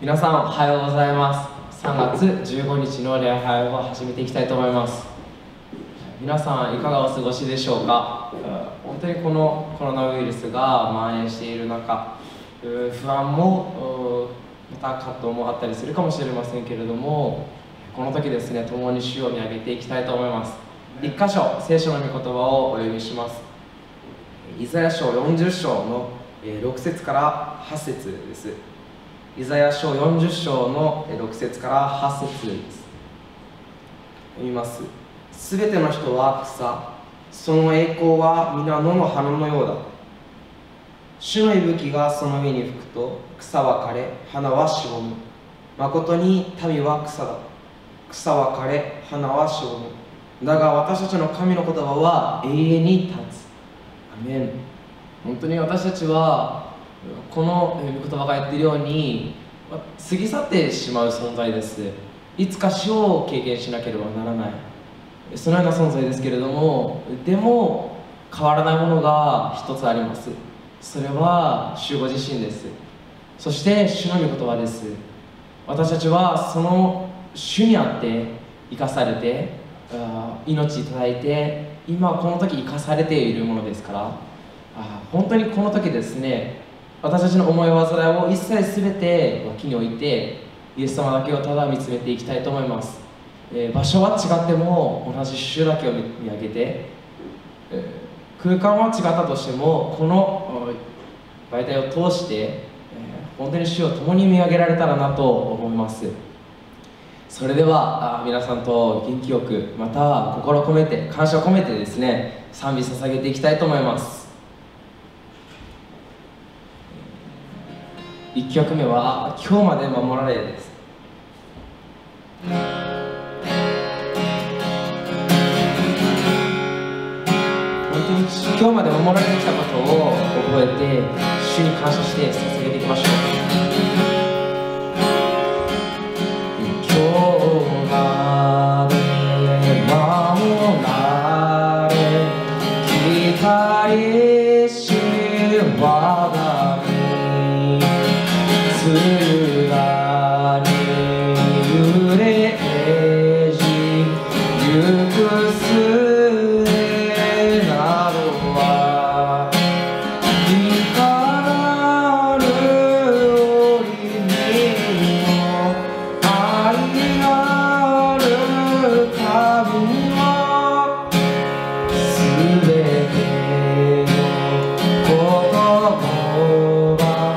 皆さんおはようございます。3月15日の礼拝を始めていきたいと思います。皆さんいかがお過ごしでしょうか。本当にこのコロナウイルスが蔓延している中、不安もまた葛藤もあったりするかもしれませんけれども、この時ですね、共に主を見上げていきたいと思います。一箇所聖書の御言葉をお読みします。イザヤ書40章の6節から8節です。イザヤ書40章の6節から8節です。読みます。すべての人は草、その栄光は皆野の花のようだ。主の息吹がその上に吹くと、草は枯れ、花はしぼむ。まことに民は草だ。草は枯れ、花はしぼむ。だが私たちの神の言葉は永遠に立つ。アメン。本当に私たちはこの御言葉が言っているように過ぎ去ってしまう存在です。いつか死を経験しなければならない、そのような存在ですけれども、でも変わらないものが一つあります。それは主ご自身です。そして主の御言葉です。私たちはその主にあって生かされて命いただいて、今この時生かされているものですから、本当にこの時ですね、私たちの思い煩いを一切全て脇に置いてイエス様だけをただ見つめていきたいと思います。場所は違っても同じ主だけを見上げて、空間は違ったとしてもこの媒体を通して、本当に主を共に見上げられたらなと思います。それでは皆さんと元気よく、また心を込めて感謝を込めてですね、賛美捧げていきたいと思います。1曲目は今日まで守られです。本当に今日まで守られてきたことを覚えて主に感謝して捧げていきましょう。今日まで守られきた主我がつらに揺れじゆくすえなどは光る折にも愛ある神はすべてのことは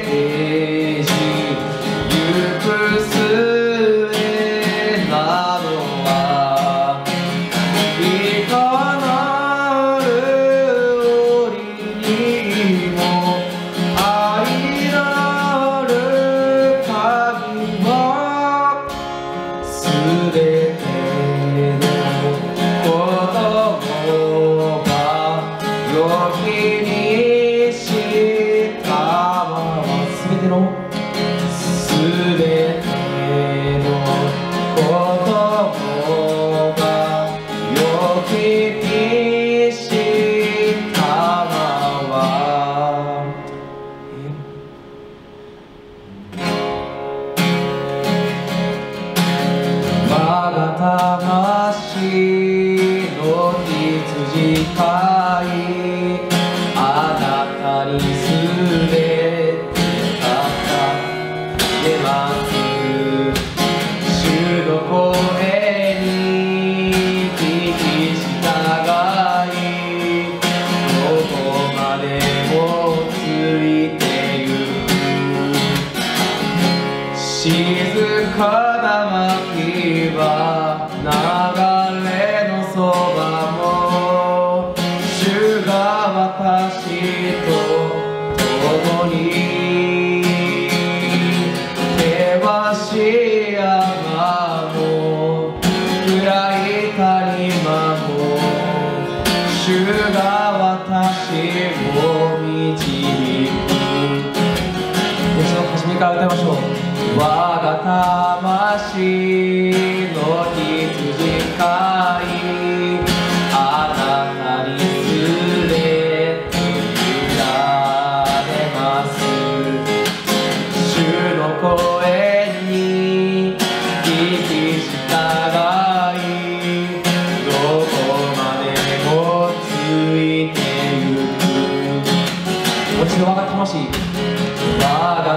ゆくすえなどかな牧場流れのそばも主が私と共に険しい山も暗い谷間も主が私を導く。もう一度初めから歌いましょう。我が魂の羊飼いあなたに連れて行かれます。主の声に聞き従いどこまでもついてゆく。もう一度我が魂我が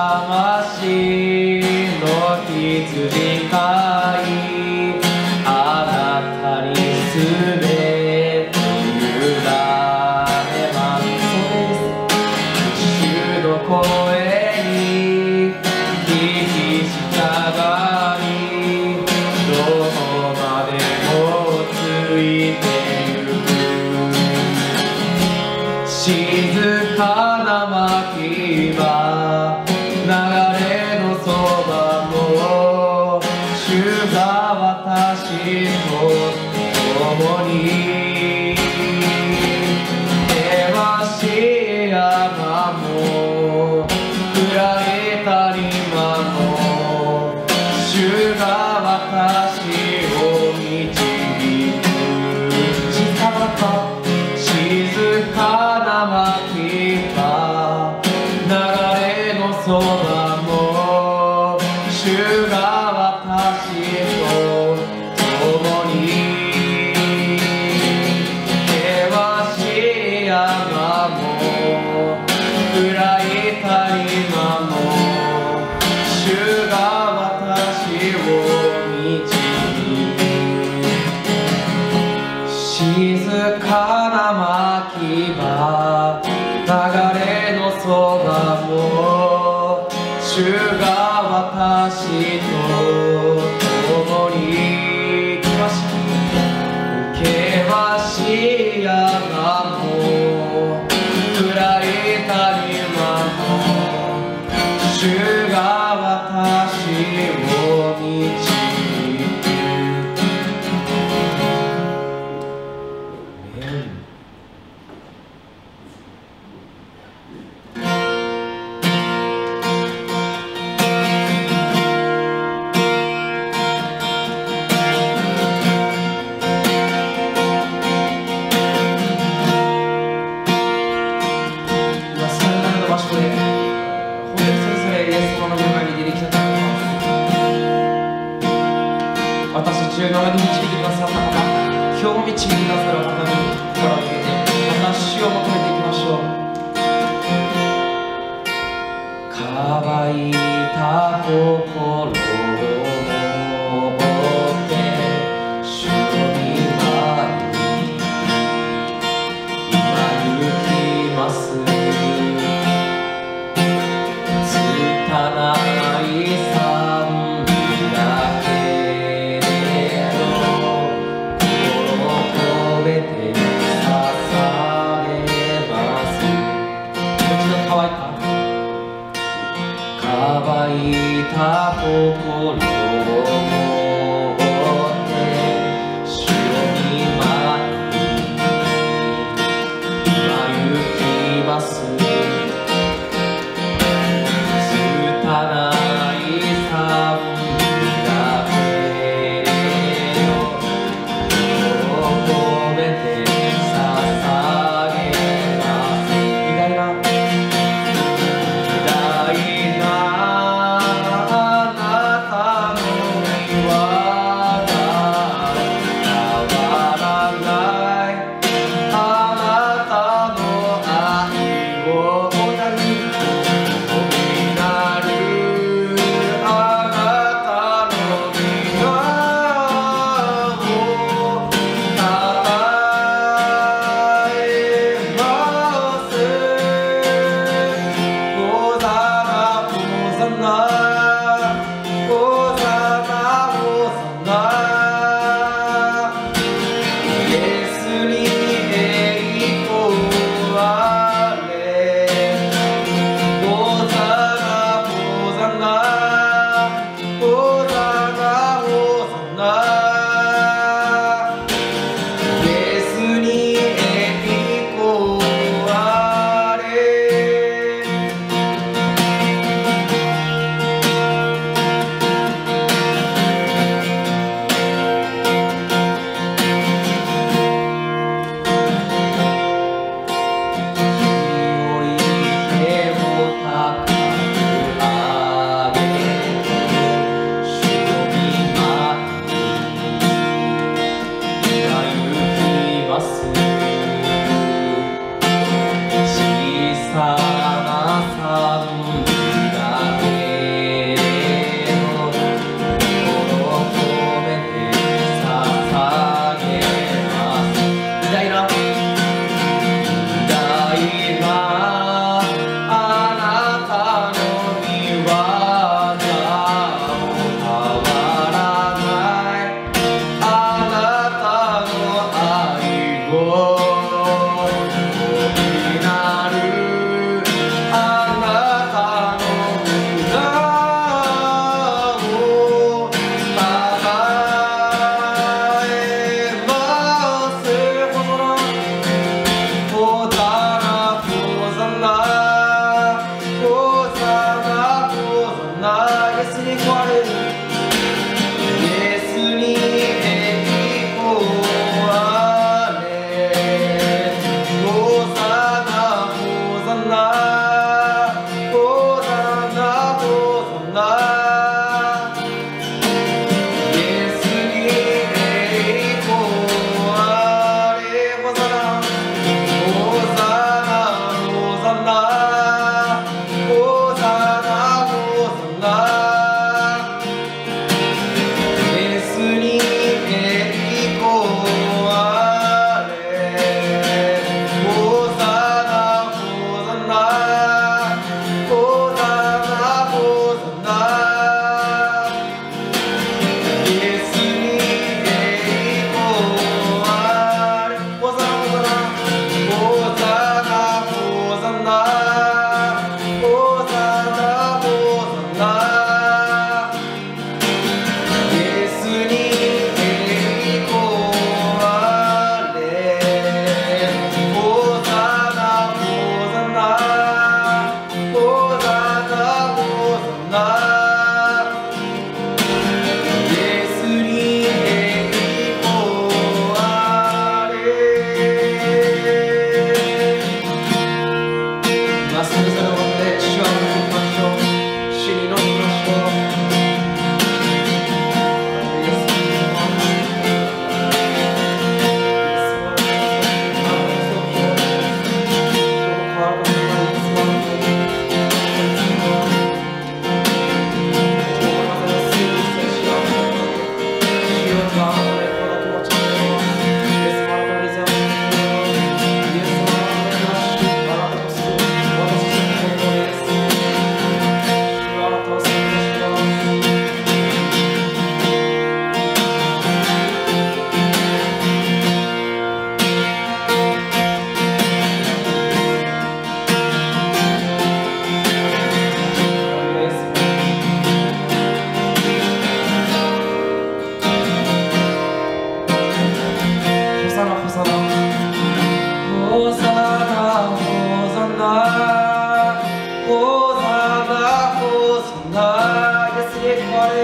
魂の羊飼いあなたにすべて委ねます。そうです。主の声に聞き従いどこまでもついてゆく。静かな牧場流れのそばも主が私と共に険しい山も暗い谷間も主が私を導く。静かな牧場流れのそばも主が私と共に険しい山も暗い谷間も主が私を導く。静かな牧場流れのそばも主が私と共に険しい山も暗い谷間も主が私を導く。私中長に導いてくださった方、今日も導いてくださる方に心を向けてまた主を求めていきましょう。乾いた心を持って主の御前に今行きます。拙い賛美だけ乾いた心を持って主の御前に今行きます。拙い賛美だけを心を込めて捧げます。偉大なあなたの御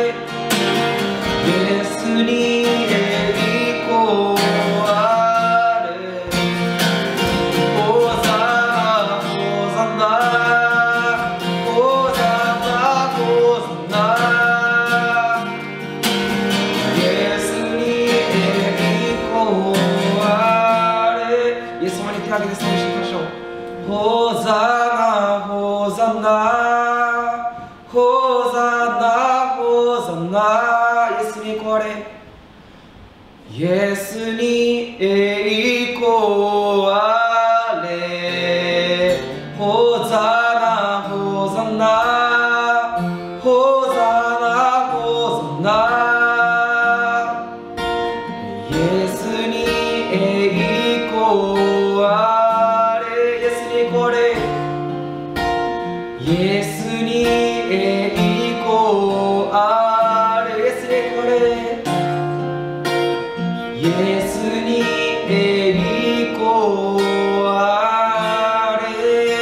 イエスに栄光あれ。ホザナホザナホザナホザナ。イエスに栄光あれ。イエス様に手を挙げて賛美していきましょう。ホザナホザナホザナホザナ。イエスに栄光あれ。イエスに栄光あれ。ホザナホザナホザナホザナ。イエスに栄光あれ。イエスに栄光あれ。イエスに栄光あれ。イエスに栄光あれ。イエスに栄光あれ。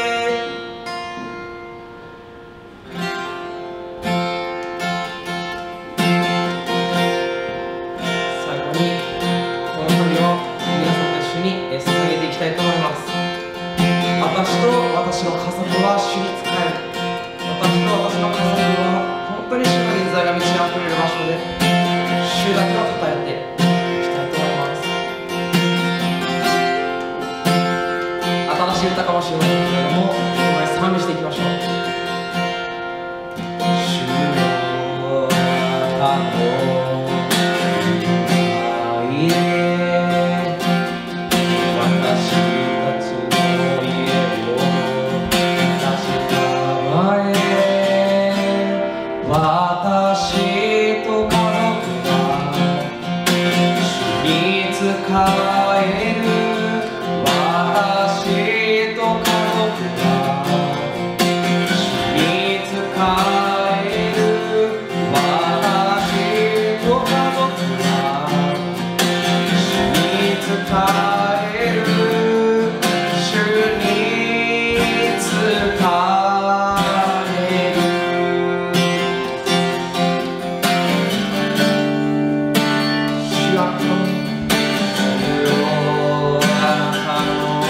最後にこの旅を皆さんと一緒に捧げていきたいと思います。私と私の家族は主に仕える。私と私の家族は本当に主の臨在が満ち溢れる場所で主だけを称えていきたいと思います。新しい歌かもしれませんけれども、共に賛美していきましょう。主よあなたの愛で私たちの家を確かめ、私と家族が主に仕える。私と家族が主に仕える。私と家族が主に仕える。主に仕える。主はあなたの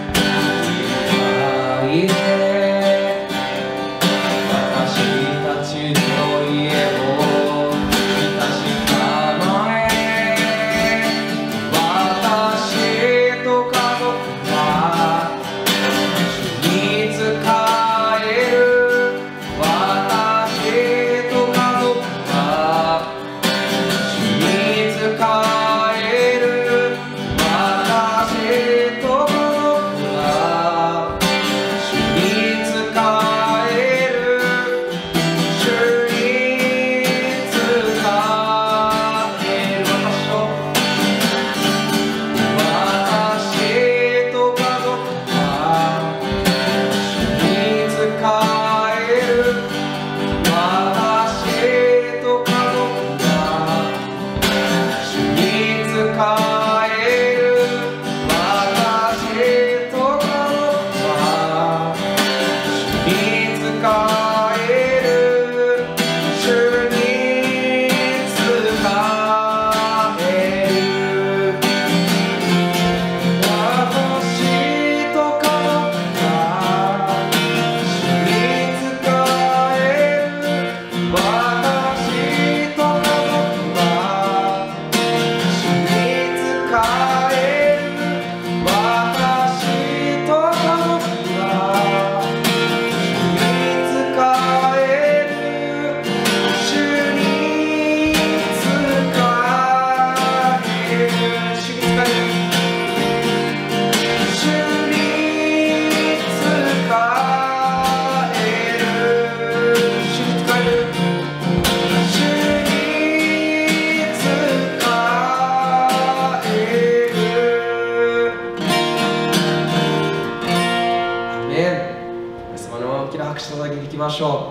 愛で私たちの家を確かめ、私と家族が主に仕える。私と家族が主に仕える。私と家族が主に仕える。主に仕える。私と家族が主に仕える。私と家族が主に仕える。私と家族が主に仕える。主に仕える。私と家族が主に仕える。私と家族が主に仕える。私と家族が主に仕える。主に仕える。主に仕える。主に仕える。主に仕える。主に仕える。アーメン。イエス様の大きな拍手を捧げていきましょ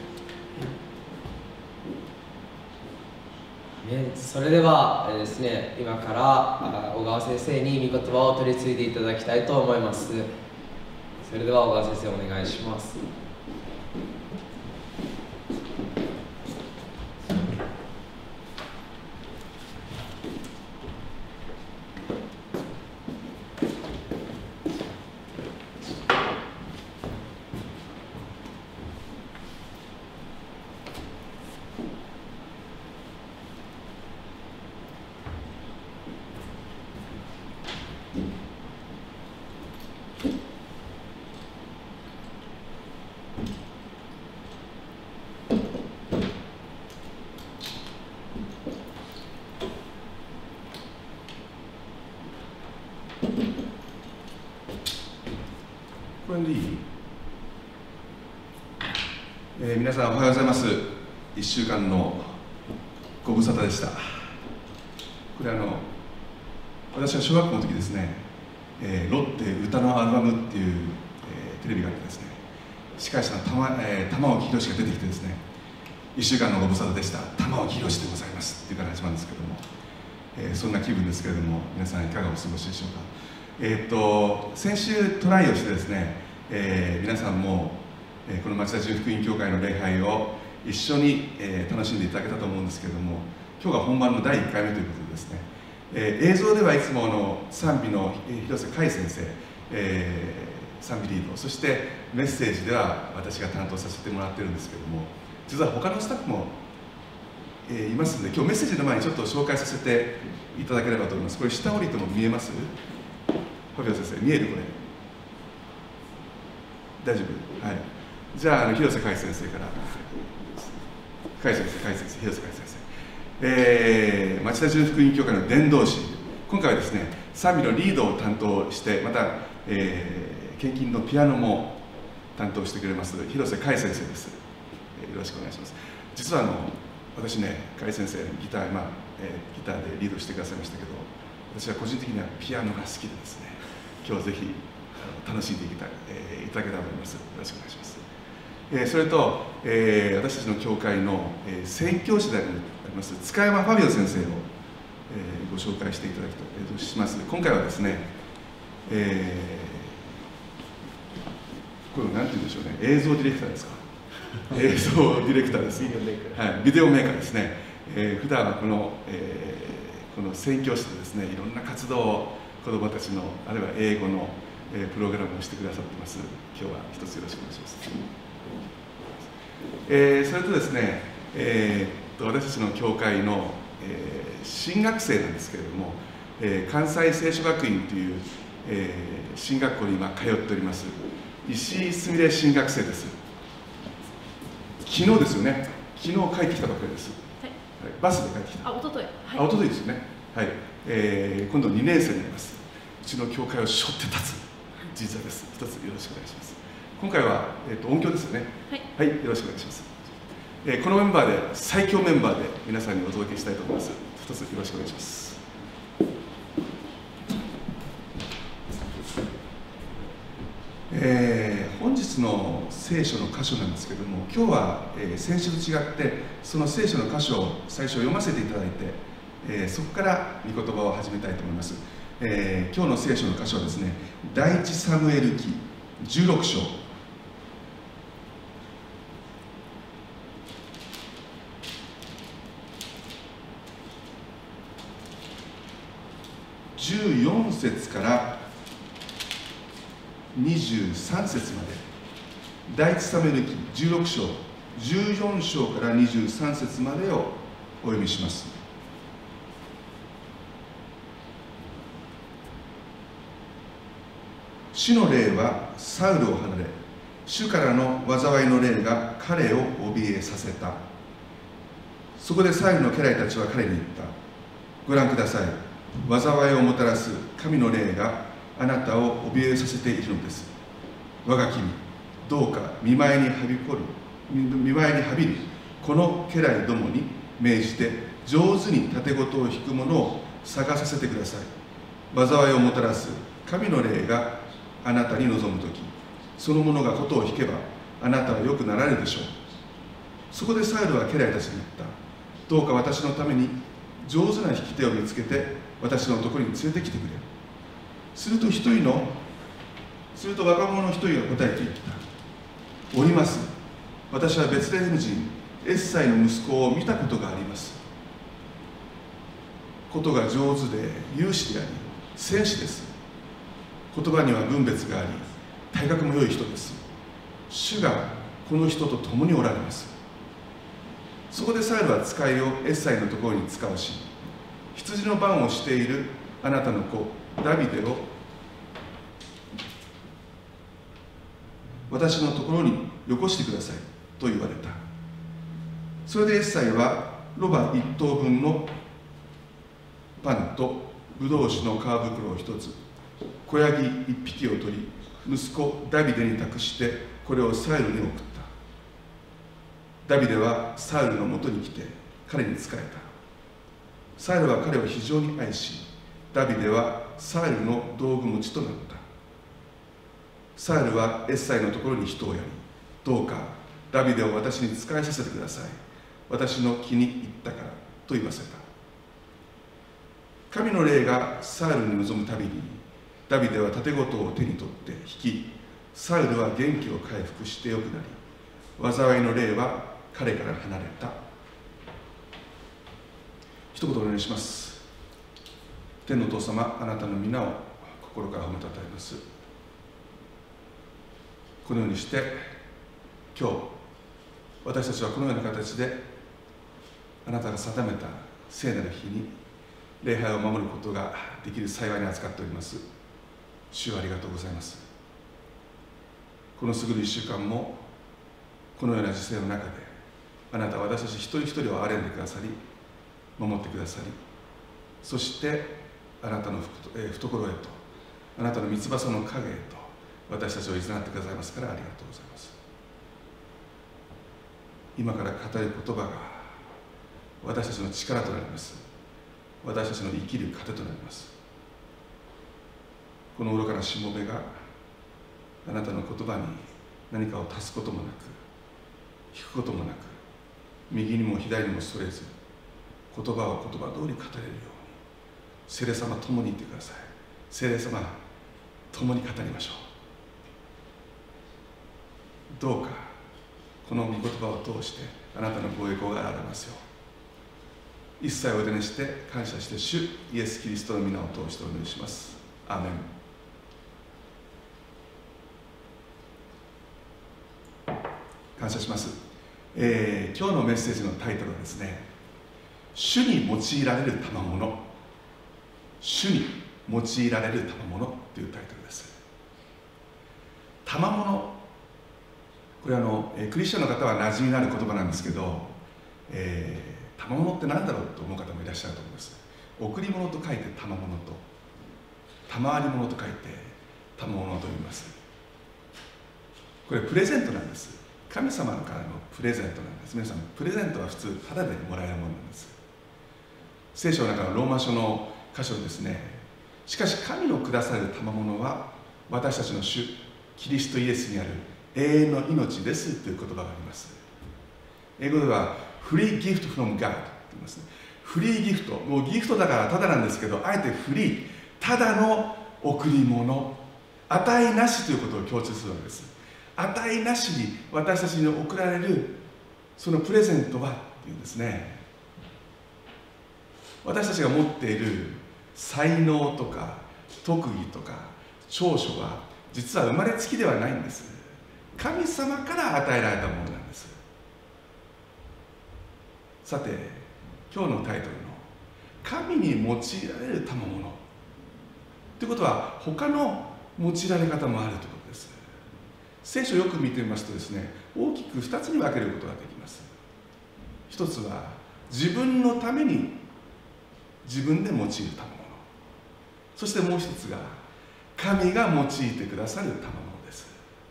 う。それではですね、今から小川先生に御言葉を取り継いでいただきたいと思います。それでは小川先生お願いします。 れでいい？皆さんおはようございます。1週間のご無沙汰でした。これ私は小学校の時ですね、ロッテ歌のアルバムっていう、テレビがあってですね、司会者の玉置宏が出てきてですね、1週間のご無沙汰でした、玉置宏でございますっていうから始まるんですけども、そんな気分ですけれども、皆さんいかがお過ごしでしょうか。先週トライをしてですね、皆さんも、この町田純福音教会の礼拝を一緒に、楽しんでいただけたと思うんですけれども、今日が本番の第1回目ということでですね、映像ではいつも賛美の広瀬海先生、賛美リード、そしてメッセージでは私が担当させてもらってるんですけども、実は他のスタッフも、いますので、今日メッセージの前にちょっと紹介させていただければと思います。これ下降りても見えます？ファビオ先生、見える？これ大丈夫？はい。じゃあ、広瀬海先生から。広瀬海先生。町田純福音教会の伝道師。今回はですね、賛美のリードを担当して、また、献金のピアノも担当してくれます、広瀬海先生です。よろしくお願いします。実は私ね、海先生、ギターでリードしてくださいましたけど、私は個人的にはピアノが好きでですね、今日ぜひ楽しんでいただけたらと思います。よろしくお願いします。それと、私たちの教会の、宣教師であります塚山ファビオ先生を、ご紹介していただきとします。今回はですね、これ何て言うんでしょうね、映像ディレクターですか？映像ディレクターです。ビデオメーカーですね。普段はこの宣教師でですね、いろんな活動を子どもたちの、あるいは英語のプログラムをしてくださってます。今日は一つよろしくお願いします。それとですね、私たちの教会の、新学生なんですけれども、関西聖書学院という、進学校に今通っております石井すみれ新学生です。昨日ですよね。昨日帰ってきたばっかりです。はい、バスで帰ってきた。 一昨日。 はい、一昨日ですよね。はい。今度2年生になります。うちの教会を背負って立つ実はです。一つよろしくお願いします。今回は、音響ですよね。はい、はい、よろしくお願いします。このメンバーで最強メンバーで皆さんにお届けしたいと思います。一つよろしくお願いします。本日の聖書の箇所なんですけれども、今日は、先週と違ってその聖書の箇所を最初読ませていただいて、そこから御言葉を始めたいと思います。今日の聖書の箇所はですね、第一サムエル記16章14節から23節まで、第一サムエル記16章14章から23節までをお読みします。主の霊はサウルを離れ、主からの災いの霊が彼を怯えさせた。そこでサウルの家来たちは彼に言った。ご覧ください。災いをもたらす神の霊があなたを怯えさせているのです。我が君、どうか見舞いにはびるこの家来どもに命じて、上手に盾事を引く者を探させてください。災いをもたらす神の霊があなたに望むとき、その者が琴を弾けばあなたは良くなられるでしょう。そこでサウルは家来たちに言った。どうか私のために上手な引き手を見つけて私のところに連れてきてくれ。すると若者の一人が答えて言った。おります。私はベツレヘム人エッサイの息子を見たことがあります。ことが上手で勇士であり戦士です。言葉には分別があり体格も良い人です。主がこの人と共におられます。そこでサウルは使いをエッサイのところに使わし、羊の番をしているあなたの子ダビデを私のところによこしてくださいと言われた。それでエッサイはロバ1頭分のパンとブドウ酒の皮袋を1つ、子ヤギ1匹を取り、 息子ダビデに託してこれをサウルに送った。ダビデはサウルのもとに来て彼に仕えた。サウルは彼を非常に愛し、ダビデはサウルの道具持ちとなった。サウルはエッサイのところに人をやり、どうかダビデを私に仕えさせてください。私の気に入ったからと言わせた。神の霊がサウルに臨むたびに、ダビデは盾事を手に取って引き、サウルは元気を回復してよくなり、災いの霊は彼から離れた。一言お願いします。天のお父様、あなたの皆を心から褒めたたえます。このようにして今日私たちはこのような形であなたが定めた聖なる日に礼拝を守ることができる幸いに扱っております。主よ、ありがとうございます。この過ぎる1週間もこのような時世の中であなたは私たち一人一人を憐れんでくださり、守ってくださり、そしてあなたの懐へと、あなたの三翼の影へと私たちをいざなってくださいますから、ありがとうございます。今から語る言葉が私たちの力となります。私たちの生きる糧となります。この愚かなしもべがあなたの言葉に何かを足すこともなく引くこともなく、右にも左にもそれず、言葉を言葉通り語れるように、聖霊様共にいてください。聖霊様共に語りましょう。どうかこの御言葉を通してあなたのご栄光が現れますよう、一切お委ねして感謝して主イエス・キリストの皆を通してお祈りします。アーメン。感謝します。今日のメッセージのタイトルはですね、主に用いられる賜物、主に用いられる賜物というタイトルです。賜物、これはクリスチャンの方は馴染みのある言葉なんですけど、賜物って何だろうと思う方もいらっしゃると思います。贈り物と書いて賜物と、賜り物と書いて賜物と言います。これプレゼントなんです。神様からのプレゼントなんです。皆さん、プレゼントは普通タダでもらえるものなんです。聖書の中のローマ書の箇所にですね、しかし神のくださる賜物は私たちの主キリストイエスにある永遠の命ですという言葉があります。英語ではフリーギフト from God と言いますね。フリーギフト、もうギフトだからタダなんですけど、あえてフリー、ただの贈り物、値なしということを強調するわけです。値なしに私たちに贈られるそのプレゼントはっていうんですね。私たちが持っている才能とか特技とか長所は実は生まれつきではないんです。神様から与えられたものなんです。さて、今日のタイトルの神に用いられる賜物ということは、他の用いられ方もあるということです。聖書をよく見てみますとですね、大きく2つに分けることができます。一つは自分のために自分で用いる賜物、そしてもう一つが神が用いてくださる賜物です。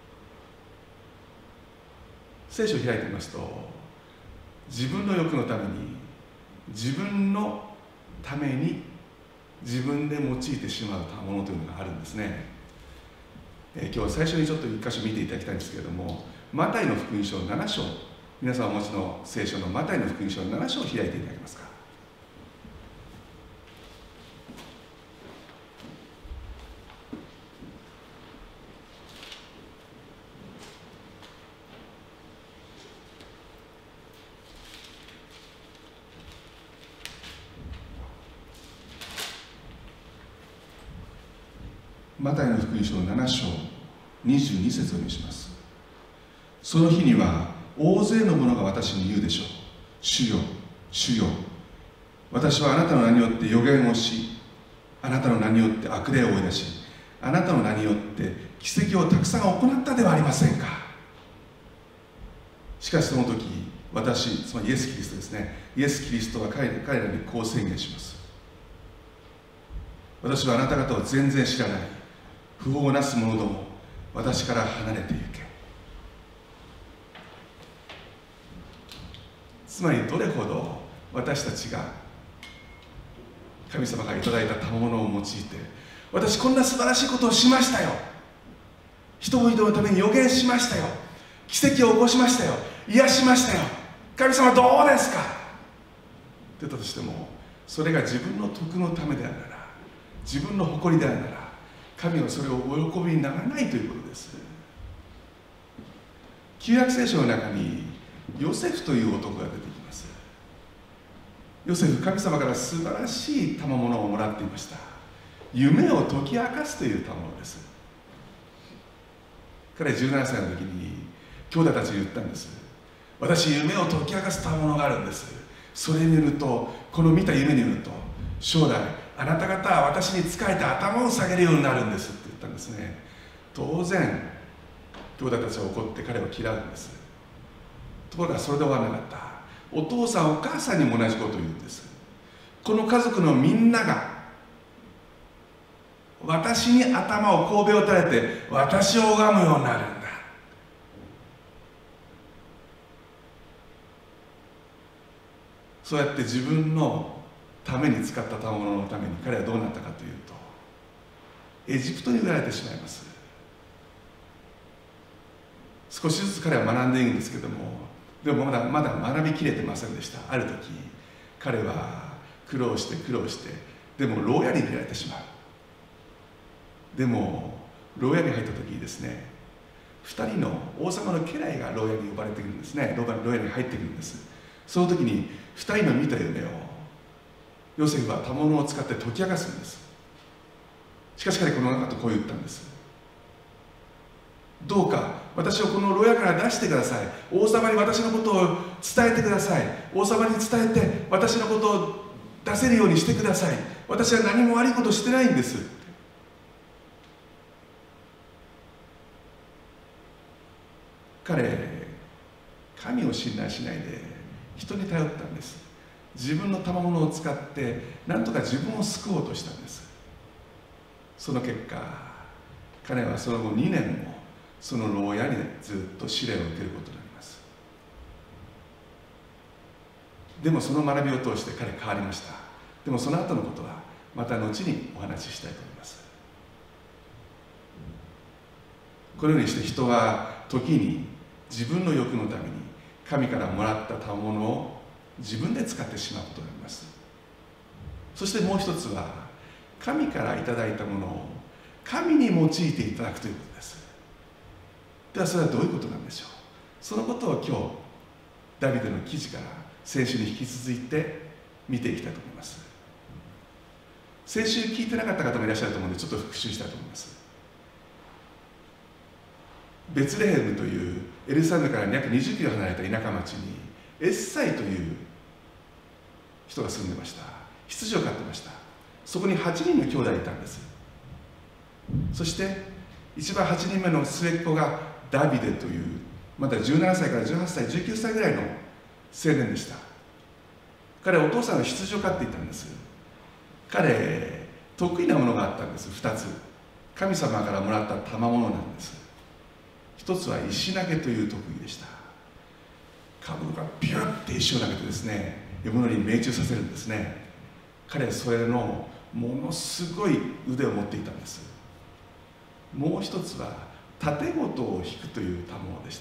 聖書を開いてみますと、自分の欲のために自分のために自分で用いてしまう賜物というのがあるんですね。今日最初にちょっと一箇所見ていただきたいんですけれども、マタイの福音書7章、皆さんお持ちの聖書のマタイの福音書7章を開いていただけますか。マタイの福音書7章22節を読みします。その日には大勢の者が私に言うでしょう。主よ、主よ、私はあなたの名によって預言をし、あなたの名によって悪霊を追い出し、あなたの名によって奇跡をたくさん行ったではありませんか。しかしその時、私、つまりイエス・キリストですね、イエス・キリストは彼らにこう宣言します。私はあなた方を全然知らない。不法なす者ども、 私から離れてゆけ。つまりどれほど私たちが神様がいただいた賜物を用いて、私こんな素晴らしいことをしましたよ、人々のために予言しましたよ、奇跡を起こしましたよ、癒しましたよ、神様どうですかって言ったとしても、それが自分の徳のためであるなら、自分の誇りであるなら、神はそれをお喜びにならないということです。旧約聖書の中にヨセフという男が出てきます。ヨセフ、神様から素晴らしい賜物をもらっていました。夢を解き明かすという賜物です。彼17歳の時に兄弟たちに言ったんです。私、夢を解き明かす賜物があるんです。それによると、この見た夢によると、将来あなた方は私に仕えて頭を下げるようになるんですって言ったんですね。当然兄弟たちは怒って彼を嫌うんです。ところがそれで終わらなかった。お父さんお母さんにも同じことを言うんです。この家族のみんなが私に頭を頭を垂れて私を拝むようになるんだ。そうやって自分のために使った賜物のために彼はどうなったかというと、エジプトに売られてしまいます。少しずつ彼は学んでいるんですけども、でもまだ学びきれてませんでした。ある時彼は苦労してでも牢屋に入れられてしまう。でも牢屋に入った時にですね、2人の王様の家来が牢屋に呼ばれてくるんですね。牢屋に入ってくるんです。その時に2人の見た夢をヨセフは賜物を使って解き明かすんです。しかし彼この後こう言ったんです。どうか私をこの牢屋から出してください。王様に私のことを伝えてください。王様に伝えて私のことを出せるようにしてください。私は何も悪いことしてないんです。彼、神を信頼しないで人に頼ったんです。自分の賜物を使って何とか自分を救おうとしたんです。その結果、彼はその後2年もその牢屋にずっと試練を受けることになります。でもその学びを通して彼変わりました。でもその後のことはまた後にお話ししたいと思います。このようにして人は時に自分の欲のために神からもらった賜物を自分で使ってしまうことになります。そしてもう一つは、神からいただいたものを神に用いていただくということです。ではそれはどういうことなんでしょう。そのことを今日ダビデの記事から先週に引き続いて見ていきたいと思います。先週聞いてなかった方もいらっしゃると思うので、ちょっと復習したいと思います。ベツレヘムというエルサレムから約20キロ離れた田舎町にエッサイという人が住んでました。羊を飼ってました。そこに8人の兄弟いたんです。そして一番8人目の末っ子がダビデという、まだ17歳から18歳19歳ぐらいの青年でした。彼はお父さんが羊を飼っていたんです。彼得意なものがあったんです。2つ神様からもらった賜物なんです。一つは石投げという特技でした。株がビュッて石を投げてですね、獲物に命中させるんですね。彼はそれのものすごい腕を持っていたんです。もう一つは盾事を引くという賜物でした。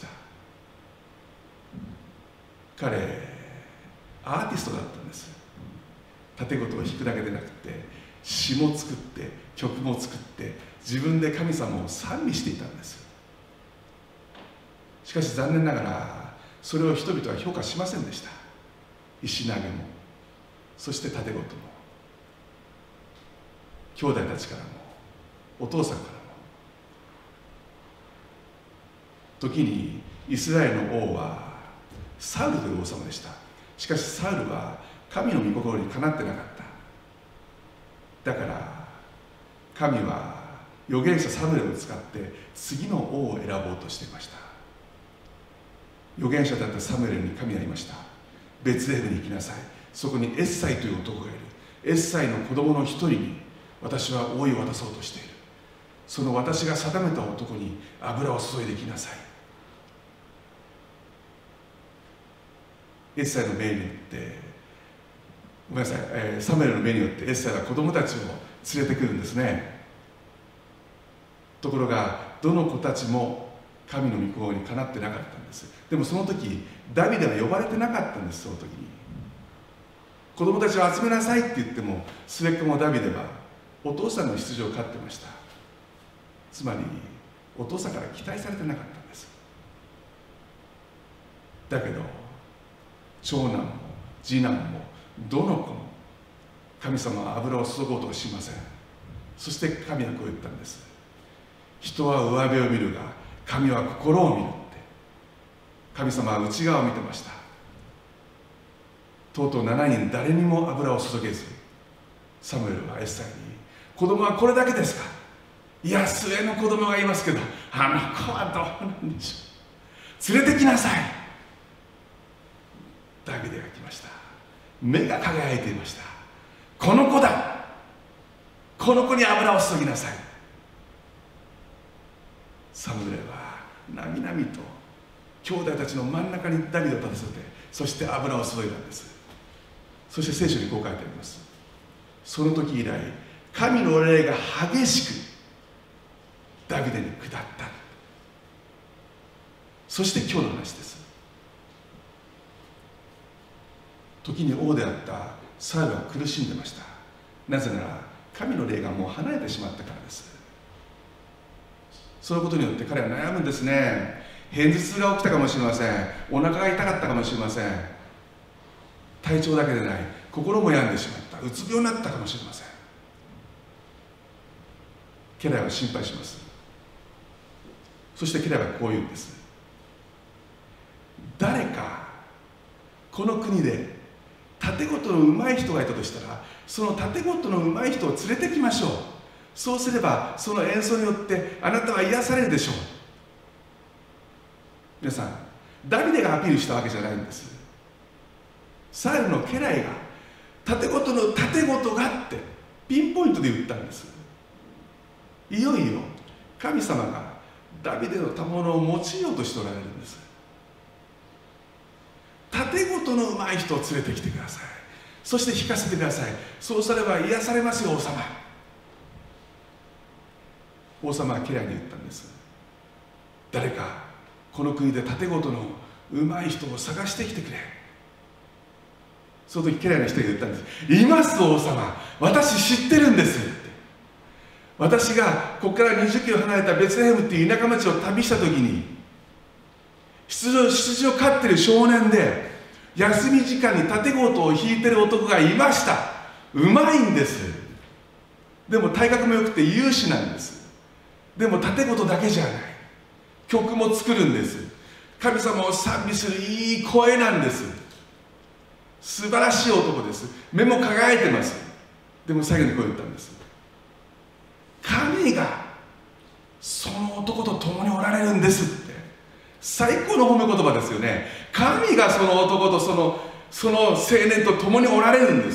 彼アーティストだったんです。盾事を弾くだけでなくて詩も作って曲も作って自分で神様を賛美していたんです。しかし残念ながらそれを人々は評価しませんでした。石投げもそして盾事も兄弟たちからもお父さんからも。時にイスラエルの王はサウルという王様でした。しかしサウルは神の御心にかなってなかった。だから神は預言者サムエルを使って次の王を選ぼうとしていました。預言者だったサムエルに神は言いました。ベツレヘムに行きなさい。そこにエッサイという男がいる。エッサイの子供の一人に私は王位を渡そうとしている。 その私が定めた男に油を注いできなさい。エッサイの命によって、ごめんなさい、サムエルの命によってエッサイは子供たちを連れてくるんですね。ところがどの子たちも神の御心にかなってなかったんです。でもその時ダビデは呼ばれてなかったんです。その時に子供たちを集めなさいって言っても、末っ子もダビデはお父さんの羊を飼ってました。つまりお父さんから期待されてなかったんです。だけど長男も次男もどの子も神様は油を注ごうとはしません。そして神はこう言ったんです。人は上辺を見るが神は心を見るって。神様は内側を見てました。とうとう7人誰にも油を注げず、サムエルはエッサイに、子供はこれだけですか。いや、末の子供がいますけど、あの子はどうなんでしょう、連れてきなさい。ダビデが来ました。目が輝いていました。この子だ、この子に油を注ぎなさい。サムエルはなみなみと兄弟たちの真ん中にダビデを立たせて、そして油を注いだんです。そして聖書にこう書いてあります。その時以来神の霊が激しくダビデに下った。そして今日の話です。時に王であったサウルは苦しんでました。なぜなら神の霊がもう離れてしまったからです。そういうことによって彼は悩むんですね。片頭痛が起きたかもしれません。お腹が痛かったかもしれません。体調だけでない、心も病んでしまった、うつ病になったかもしれません。家来は心配します。そして家来はこう言うんです。誰かこの国で盾事の上手い人がいたとしたら、その盾事の上手い人を連れてきましょう。そうすればその演奏によってあなたは癒されるでしょう。皆さん、ダビデがアピールしたわけじゃないんです。サウルの家来が盾事の盾事がってピンポイントで言ったんです。いよいよ神様がダビデの賜物を用いようとしておられるんです。盾事の上手い人を連れてきてください。そして弾かせてください。そうすれば癒されますよ、王様。王様は家来に言ったんです。誰かこの国で盾事の上手い人を探してきてくれ。その時家来の人が言ったんです。います王様、私知ってるんですって。私がここから20キロ離れたベツレヘムっていう田舎町を旅した時に、羊を飼ってる少年で休み時間に盾事を弾いてる男がいました。うまいんです。でも体格も良くて優秀なんです。でも盾事だけじゃない、曲も作るんです。神様を賛美するいい声なんです。素晴らしい男です。目も輝いてます。でも最後にこう言ったんです。神がその男と共におられるんですって。最高の褒め言葉ですよね。神がその男とその青年と共におられるんです。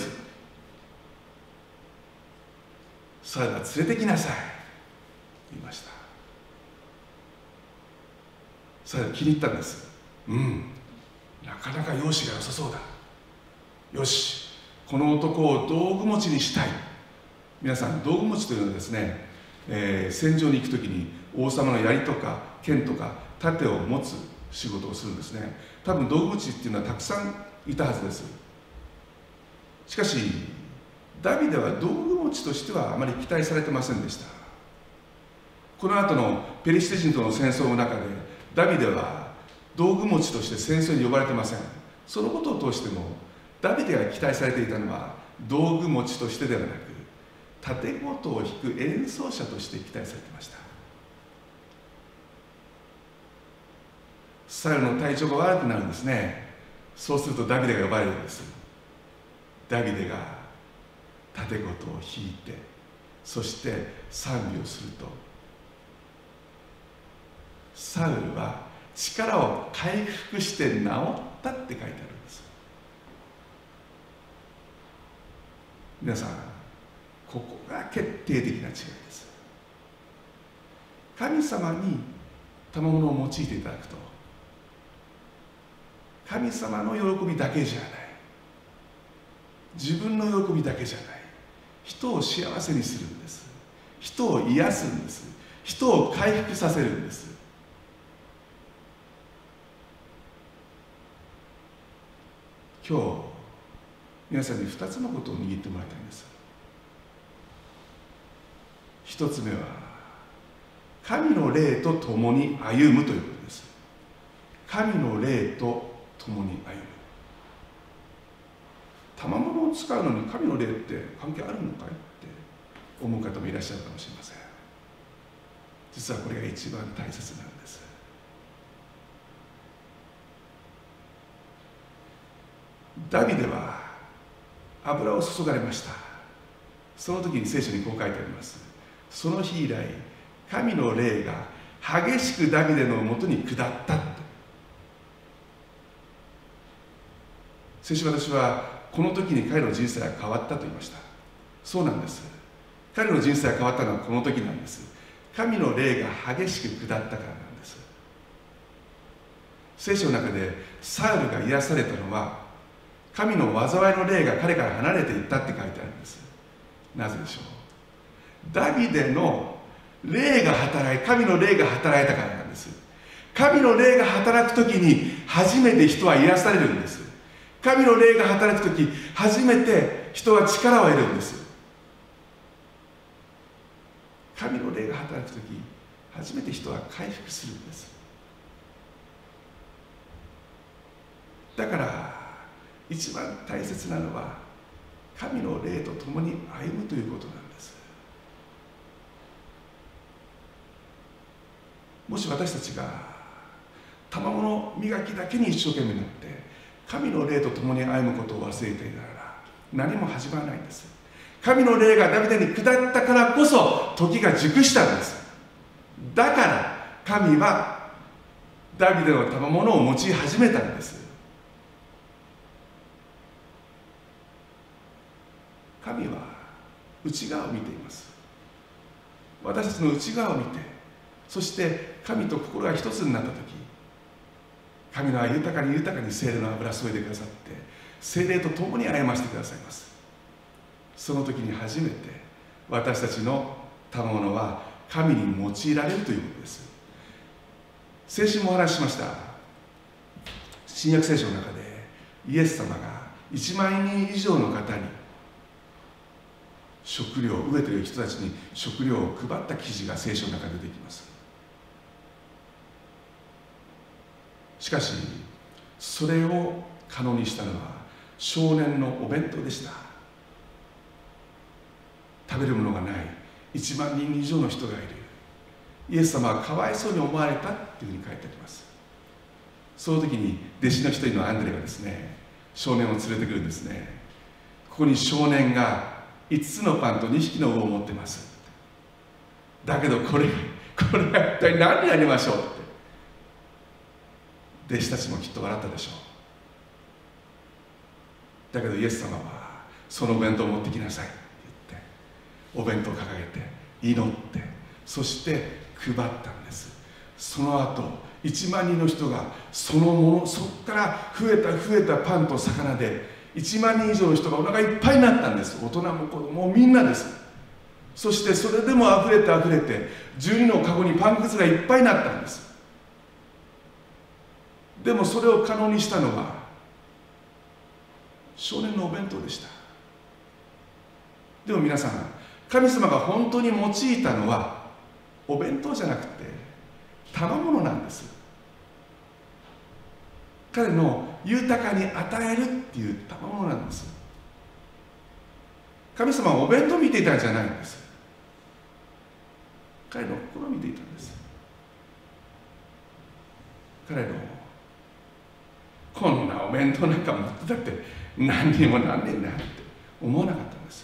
それは連れてきなさい言いました。それは気に入ったんです。なかなか容姿が良さそうだ。よし、この男を道具持ちにしたい。皆さん、道具持ちというのはですね、戦場に行くときに王様の槍とか剣とか盾を持つ仕事をするんですね。多分道具持ちっていうのはたくさんいたはずです。しかしダビデは道具持ちとしてはあまり期待されてませんでした。この後のペリシテ人との戦争の中でダビデは道具持ちとして戦争に呼ばれてません。そのことを通してもダビデが期待されていたのは道具持ちとしてではなく、盾事を弾く演奏者として期待されていました。サウルの体調が悪くなるんですね。そうするとダビデが呼ばれるんです。ダビデが盾事を弾いて、そして賛美をすると、サウルは力を回復して治ったって書いてあるんです。皆さん、ここが決定的な違いです。 神様に賜物を用いていただくと、神様の喜びだけじゃない、自分の喜びだけじゃない、人を幸せにするんです。人を癒すんです。人を回復させるんです。今日皆さんに2つのことを握ってもらいたいんです。1つ目は神の霊と共に歩むということです。神の霊と共に歩む。賜物を使うのに神の霊って関係あるのかいって思う方もいらっしゃるかもしれません。実はこれが一番大切なんです。ダビデは油を注がれました。その時に聖書にこう書いてあります。その日以来神の霊が激しくダビデのもとに下ったと。先週私はこの時に彼の人生が変わったと言いました。そうなんです。彼の人生が変わったのはこの時なんです。神の霊が激しく下ったからなんです。聖書の中でサウルが癒されたのは神の災いの霊が彼から離れていったって書いてあるんです。なぜでしょう。ダビデの霊が働い、神の霊が働いたからなんです。神の霊が働くときに初めて人は癒されるんです。神の霊が働くとき初めて人は力を得るんです。神の霊が働くとき初めて人は回復するんです。だから一番大切なのは神の霊と共に歩むということなんです。もし私たちが賜物磨きだけに一生懸命になって神の霊と共に歩むことを忘れていたら何も始まらないんです。神の霊がダビデに下ったからこそ時が熟したんです。だから神はダビデの賜物を用い始めたんです。神は内側を見ています。私たちの内側を見て、そして神と心が一つになった時、神の愛豊かに豊かに聖霊の油を注いでくださって聖霊と共に歩ませてくださいます。その時に初めて私たちの賜物は神に用いられるということです。先週もお話ししました新約聖書の中でイエス様が1万人以上の方に食料を飢えている人たちに食料を配った記事が聖書の中で出てきます。しかしそれを可能にしたのは少年のお弁当でした。食べるものがない1万人以上の人がいる。イエス様はかわいそうに思われたっていうふうに書いてあります。その時に弟子の一人のアンドレがですね、少年を連れてくるんですね。ここに少年が5つのパンと2匹の魚を持ってます。だけどこれは一体何やりましょうって弟子たちもきっと笑ったでしょう。だけどイエス様はそのお弁当を持ってきなさいって言ってお弁当を掲げて祈ってそして配ったんです。その後1万人の人がそこから増えたパンと魚で1万人以上の人がお腹いっぱいになったんです。大人も子供もみんなです。そしてそれでもあふれて12のカゴにパンくずがいっぱいになったんです。でもそれを可能にしたのは少年のお弁当でした。でも皆さん、神様が本当に用いたのはお弁当じゃなくて賜物なんです。彼の豊かに与えるっていう賜物なんです。神様はお弁当を見ていたんじゃないんです。彼の心を見ていたんです。彼のこんなお弁当なんか持ってたって何にもなんねえなって思わなかったんです。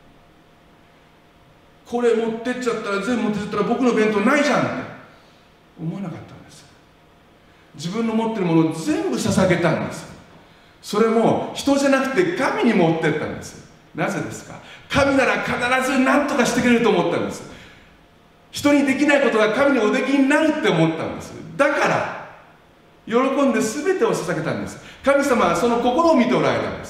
これ持ってっちゃったら全部持ってっちゃったら僕の弁当ないじゃんって思わなかったんです。自分の持ってるものを全部捧げたんです。それも人じゃなくて神に持ってったんです。なぜですか。神なら必ず何とかしてくれると思ったんです。 人にできないことが神におできになるって思ったんです。だから喜んで全てを捧げたんです。神様はその心を見ておられたんです。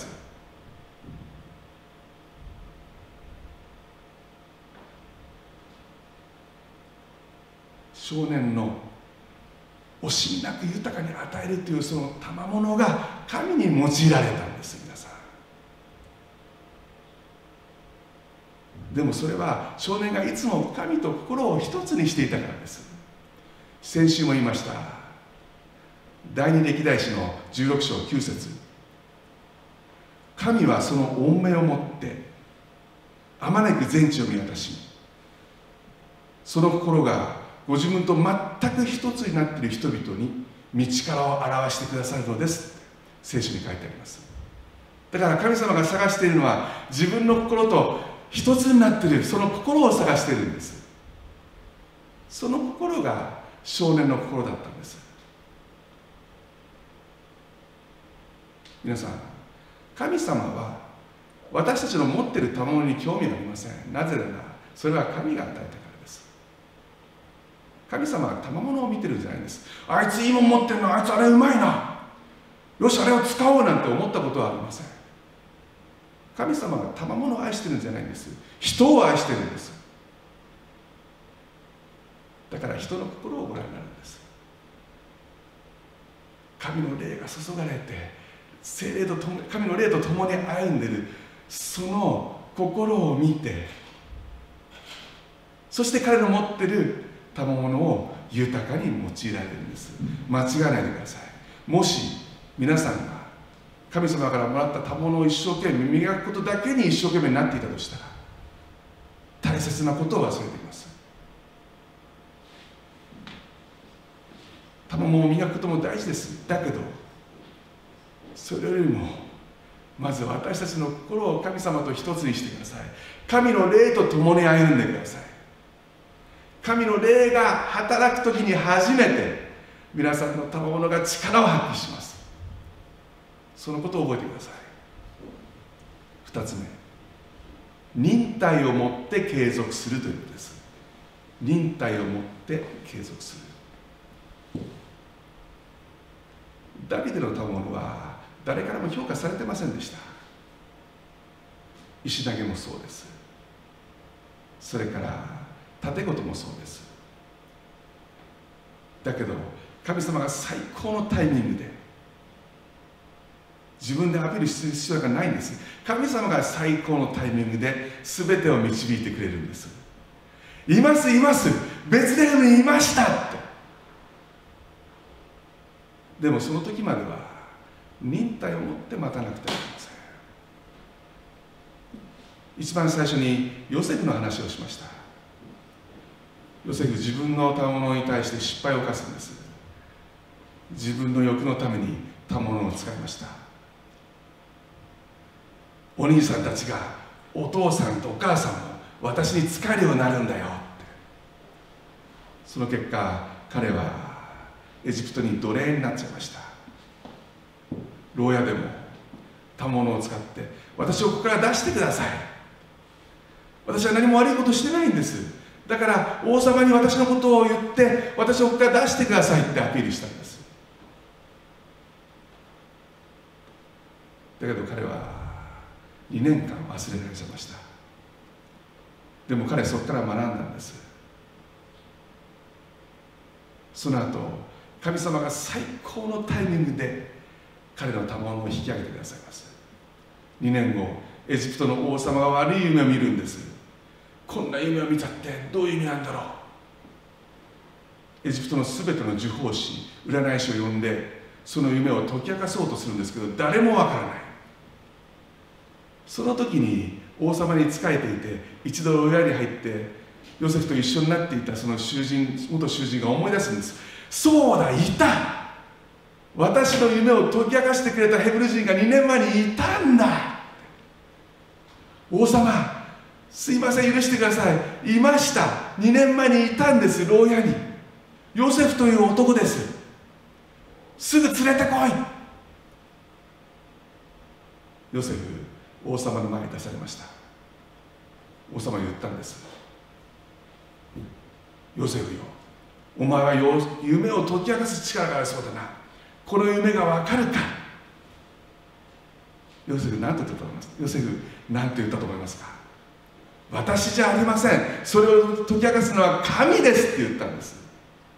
少年の惜しみなく豊かに与えるというその賜物が神に用いられたんです。皆さん、でもそれは少年がいつも神と心を一つにしていたからです。先週も言いました、第二歴代史の16章9節、神はその恩命をもってあまねく全地を見渡し、その心がご自分と全く一つになっている人々に道からを表してくださるのですって聖書に書いてあります。だから神様が探しているのは自分の心と一つになっているその心を探しているんです。その心が少年の心だったんです。皆さん、神様は私たちの持っている賜物に興味がありません。なぜならそれは神が与えたからです。神様は賜物を見てるんじゃないんです。あいついいもん持ってるな、あいつあれうまいな、よしあれを使おうなんて思ったことはありません。神様が賜物を愛してるんじゃないんです。人を愛してるんです。だから人の心をご覧になるんです。神の霊が注がれて聖霊と神の霊と共に歩んでいるその心を見て、そして彼の持っている賜物を豊かに用いられるんです。間違わないでください。もし皆さんが神様からもらった賜物を一生懸命磨くことだけに一生懸命になっていたとしたら大切なことを忘れています。賜物を磨くことも大事です。だけどそれよりもまず私たちの心を神様と一つにしてください。神の霊と共に歩んでください。神の霊が働くときに初めて皆さんの賜物が力を発揮します。そのことを覚えてください。2つ目、忍耐を持って継続するということです。忍耐を持って継続する。ダビデの賜物は誰からも評価されてませんでした。石投げもそうです。それから盾事もそうです。だけど神様が最高のタイミングで自分でアピールする必要がないんです。神様が最高のタイミングで全てを導いてくれるんです。いますいます、ベツレヘムにいましたって。でもその時までは忍耐を持って待たなくてはなりません。一番最初にヨセフの話をしました。ヨセフ、自分の賜物に対して失敗を犯すんです。自分の欲のために賜物を使いました。お兄さんたちがお父さんとお母さんも私に使えるようになるんだよって。その結果彼はエジプトに奴隷になっちゃいました。牢屋でも賜物を使って私をここから出してください、私は何も悪いことしてないんです、だから王様に私のことを言って私をここから出してくださいってアピールしたんです。だけど彼は2年間忘れられちゃいました。でも彼はそこから学んだんです。その後神様が最高のタイミングで彼の賜物を引き上げてくださいます。2年後エジプトの王様が悪い夢を見るんです。こんな夢を見ちゃってどういう意味なんだろう。エジプトのすべての呪法師、占い師を呼んでその夢を解き明かそうとするんですけど誰もわからない。その時に王様に仕えていて一度牢屋に入ってヨセフと一緒になっていたその元囚人が思い出すんです。そうだ、いた、私の夢を解き明かしてくれたヘブル人が2年前にいたんだ。王様すいません、許してください、いました、2年前にいたんです、牢屋に。ヨセフという男です、すぐ連れてこい。ヨセフ王様の前に出されました。王様は言ったんです。 ヨセフよ、お前は夢を解き明かす力があるそうだな。この夢がわかるか。ヨセフ何て言ったと思います？ヨセフ何て言ったと思いますか？私じゃありません、それを解き明かすのは神ですって言ったんです。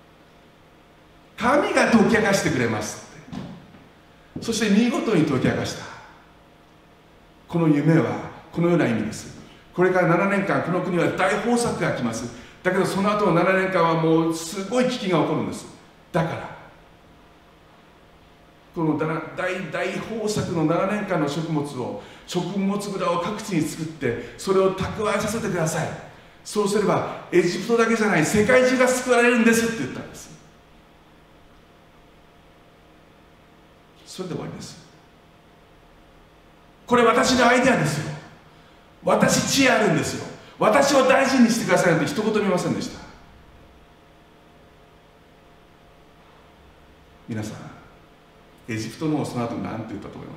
神が解き明かしてくれますって。そして見事に解き明かした。この夢はこのような意味です。これから7年間この国は大豊作が来ます。だけどその後の7年間はもうすごい危機が起こるんです。だからこの大豊作の7年間の食物蔵を各地に作ってそれを蓄えさせてください。そうすればエジプトだけじゃない世界中が救われるんですって言ったんです。それで終わりです。これ私のアイデアですよ。私知恵あるんですよ。私を大事にしてくださいなんて一言も言いませんでした。皆さん、エジプトの王その後何て言ったと思います？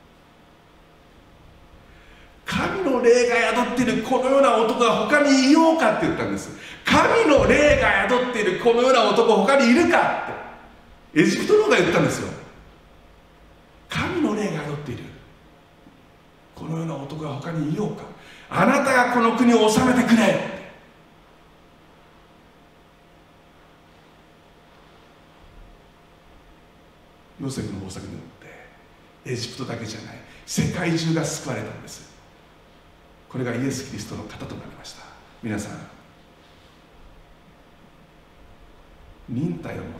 神の霊が宿っているこのような男が他にいようかって言ったんです。神の霊が宿っているこのような男他にいるかってエジプトの王が言ったんですよ。神の霊が宿っているこのような男が他にいようか。あなたがこの国を治めてくれ。ヨセフの方策によってエジプトだけじゃない世界中が救われたんです。これがイエス・キリストの方となりました。皆さん、忍耐を持って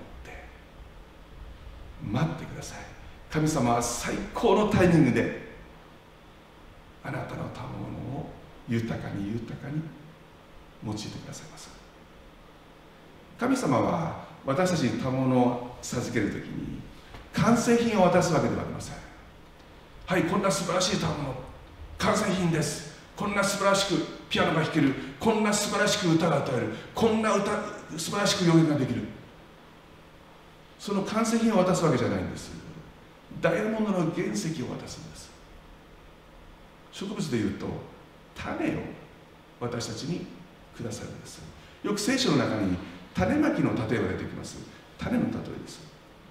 待ってください。神様は最高のタイミングであなたの賜物を豊かに用いてくださいます。神様は私たちに賜物を授けるときに完成品を渡すわけではありません。はい、こんな素晴らしい賜物、完成品です。こんな素晴らしくピアノが弾ける、こんな素晴らしく歌が歌える、こんな素晴らしく表現ができる。その完成品を渡すわけじゃないんです。ダイヤモンドの原石を渡すんです。植物でいうと種を私たちにくださるんです。よく聖書の中に種まきの例えが出てきます。種の例えです。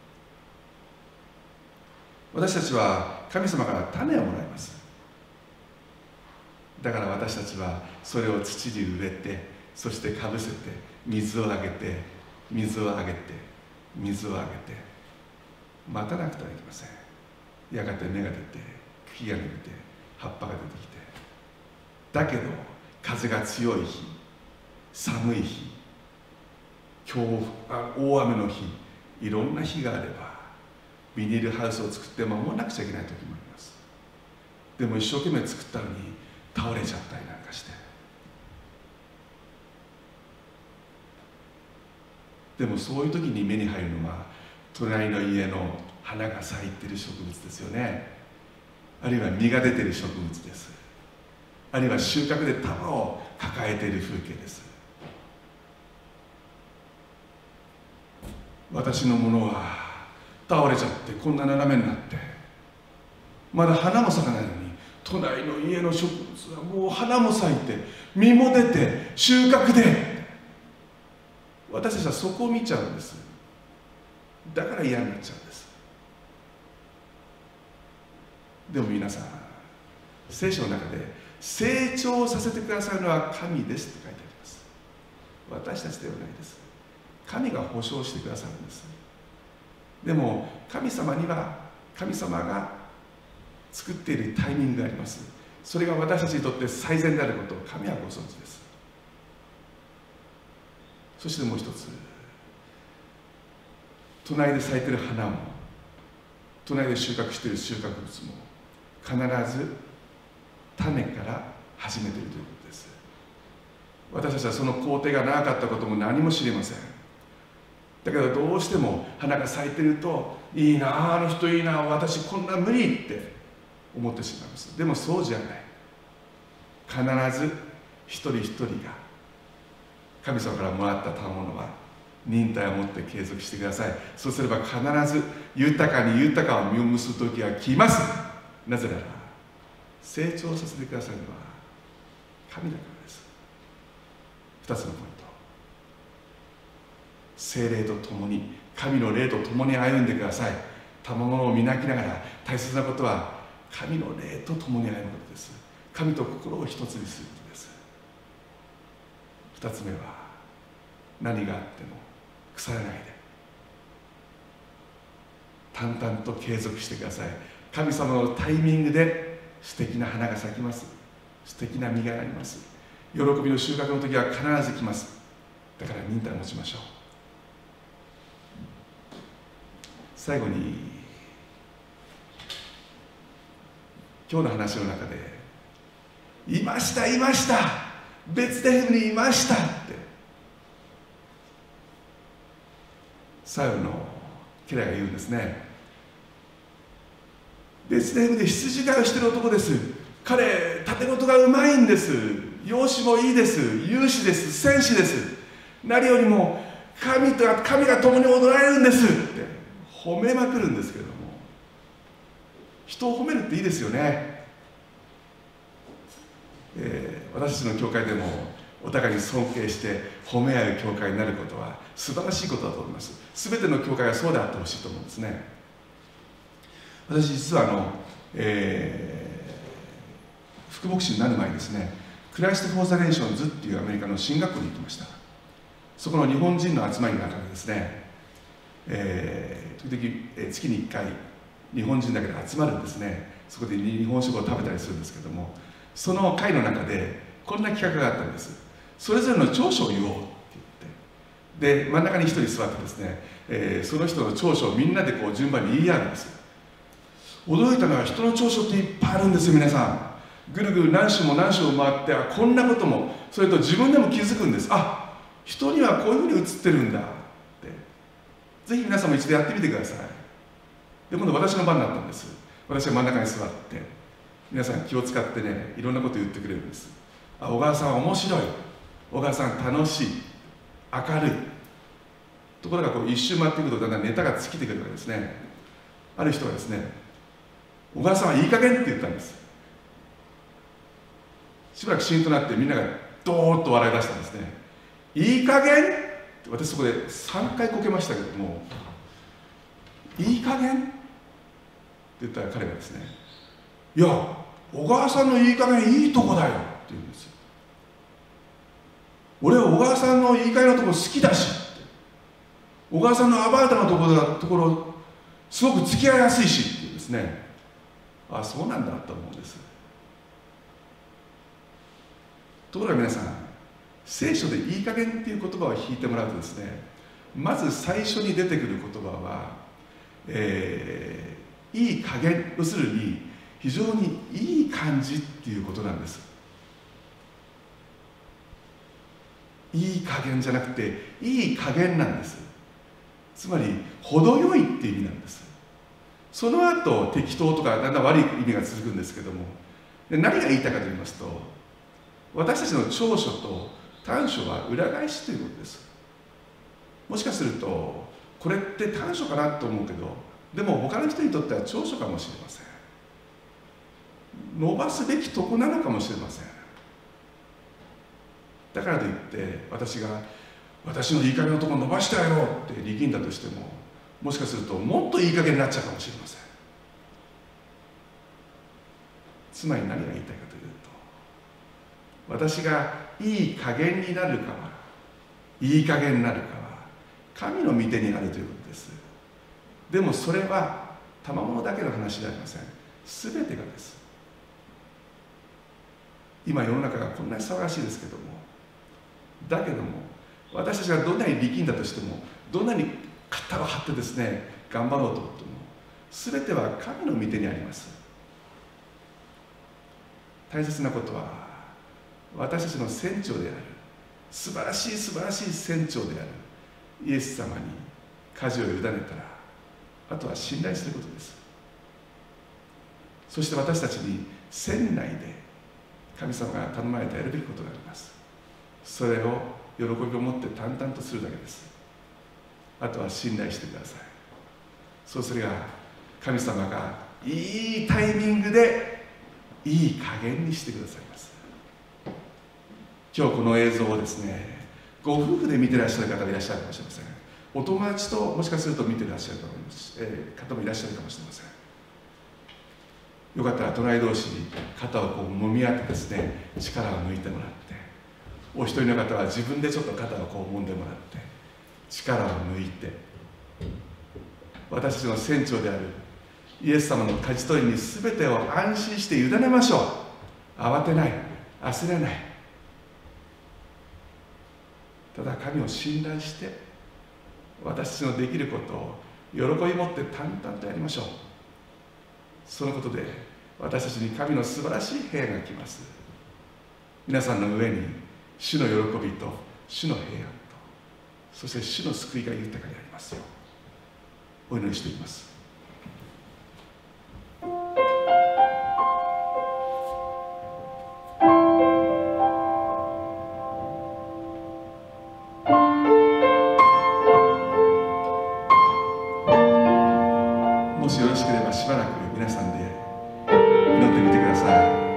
私たちは神様から種をもらいます。だから私たちはそれを土に植えて、そしてかぶせて水をあげて水をあげて水をあげて待たなくてはいけません。やがて芽が出て茎が伸びて葉っぱが出てきて、だけど風が強い日、寒い日、大雨の日、いろんな日があればビニールハウスを作って守らなくちゃいけない時もあります。でも一生懸命作ったのに倒れちゃったりなんかして、でもそういう時に目に入るのは隣の家の花が咲いている植物ですよね。あるいは実が出ている植物です。あるいは収穫で束を抱えている風景です。私のものは倒れちゃってこんな斜めになって、まだ花も咲かないのに隣の家の植物はもう花も咲いて実も出て収穫で、私たちはそこを見ちゃうんです。だから嫌になっちゃうんです。でも皆さん、聖書の中で成長させてくださるのは神ですって書いてあります。私たちではないです。神が保証してくださるんです。でも神様には神様が作っているタイミングがあります。それが私たちにとって最善であることを神はご存知です。そしてもう一つ、隣で咲いている花も隣で収穫している収穫物も必ず種から始めているということです。私たちはその工程が長かったことも何も知りません。だけどどうしても花が咲いていると、いいな、あの人いいな、私こんな無理って思ってしまいます。でもそうじゃない。必ず一人一人が神様からもらった賜物は忍耐を持って継続してください。そうすれば必ず豊かに豊かを実を結ぶ時が来ます。なぜなら成長させてくださるのは神だからです。2つのポイント。 聖霊と共に、神の霊と共に歩んでください。賜物を見なきながら、大切なことは神の霊と共に歩むことです。神と心を一つにすることです。2つ目は、何があっても腐らないで淡々と継続してください。神様のタイミングで素敵な花が咲きます。素敵な実がなります。喜びの収穫の時は必ず来ます。だから忍耐を持ちましょう。最後に、今日の話の中で、いました、いました、ベツレヘムにいましたってサウルの家来が言うんですね。ベツレヘムで羊飼いをしている男です。彼、盾事がうまいんです。容姿もいいです。勇士です。戦士です。何よりも神が共に踊られるんですって褒めまくるんですけれども、人を褒めるっていいですよね。私たちの教会でもお互いに尊敬して褒め合う教会になることは素晴らしいことだと思います。すべての教会がそうであってほしいと思うんですね。私実は副牧師になる前にですね、クライスト・フォー・ザ・ネーションズっていうアメリカの進学校に行ってました。そこの日本人の集まりの中でですね、時々月に1回日本人だけで集まるんですね。そこで日本食を食べたりするんですけども、その会の中でこんな企画があったんです。それぞれの長所を言おうって言って、で真ん中に一人座ってですね、その人の長所をみんなでこう順番に言い合うんです。驚いたのは、人の長所っていっぱいあるんですよ。皆さんぐるぐる何周も何周も回って、こんなことも、それと自分でも気づくんです。人にはこういうふうに映ってるんだって。ぜひ皆さんも一度やってみてください。で、今度私の番になったんです。私は真ん中に座って、皆さん気を使ってね、いろんなこと言ってくれるんです。小川さんは面白い、小川さん楽しい、明るい。ところがこう一周回っていくとだんだんネタが尽きてくるわけですね。ある人はですね、小川さんはいい加減って言ったんです。しばらくシーンとなってみんながドーッと笑い出したんですね。いい加減って、私そこで3回こけましたけども、いい加減って言ったら彼がですね、いや、小川さんのいい加減いいとこだよって言うんですよ。俺は小川さんのいい加減のところ好きだしって、小川さんのアバウトなところすごく付き合いやすいしって言うんですね。そうなんだと思うんです。ところが皆さん、聖書でいい加減っていう言葉を引いてもらうとですね、まず最初に出てくる言葉は、いい加減、要するに非常にいい感じっていうことなんです。いい加減じゃなくていい加減なんです。つまり程よいっていう意味なんです。その後適当とかだんだん悪い意味が続くんですけども、で何が言いたいかと言いますと、私たちの長所と短所は裏返しということです。もしかするとこれって短所かなと思うけど、でも他の人にとっては長所かもしれません。伸ばすべきとこなのかもしれません。だからといって私のいい加減のところ伸ばしたよって力んだとしても、もしかするともっといい加減になっちゃうかもしれません。つまり何が言いたいかというと、私がいい加減になるかはいい加減になるかは神の御手にあるということです。でもそれは賜物だけの話ではありません。全てがです。今世の中がこんなに騒がしいですけども、だけども私たちがどんなに力んだとしても、どんなに肩を張ってですね頑張ろうと思っても、全ては神の御手にあります。大切なことは私たちの船長である、素晴らしい船長であるイエス様に舵を委ねたら、あとは信頼することです。そして私たちに船内で神様が頼まれてやるべきことがあります。それを喜びを持って淡々とするだけです。あとは信頼してください。そうすれば神様がいいタイミングでいい加減にしてくださいます。今日この映像をですね、ご夫婦で見てらっしゃる方がいらっしゃるかもしれません。 お友達ともしかすると見ていらっしゃると思います、方もいらっしゃるかもしれません。よかったら隣同士に肩をこう揉み合ってですね、力を抜いてもらって、お一人の方は自分でちょっと肩をこう揉んでもらって力を抜いて、私たちの船長であるイエス様の舵取りに全てを安心して委ねましょう。慌てない、焦らない、ただ神を信頼して私たちのできることを喜び持って淡々とやりましょう。そのことで私たちに神の素晴らしい平安が来ます。皆さんの上に主の喜びと主の平安と、そして主の救いが豊かにありますようお祈りしていきます。もしよろしければしばらく皆さんで祈ってみてください。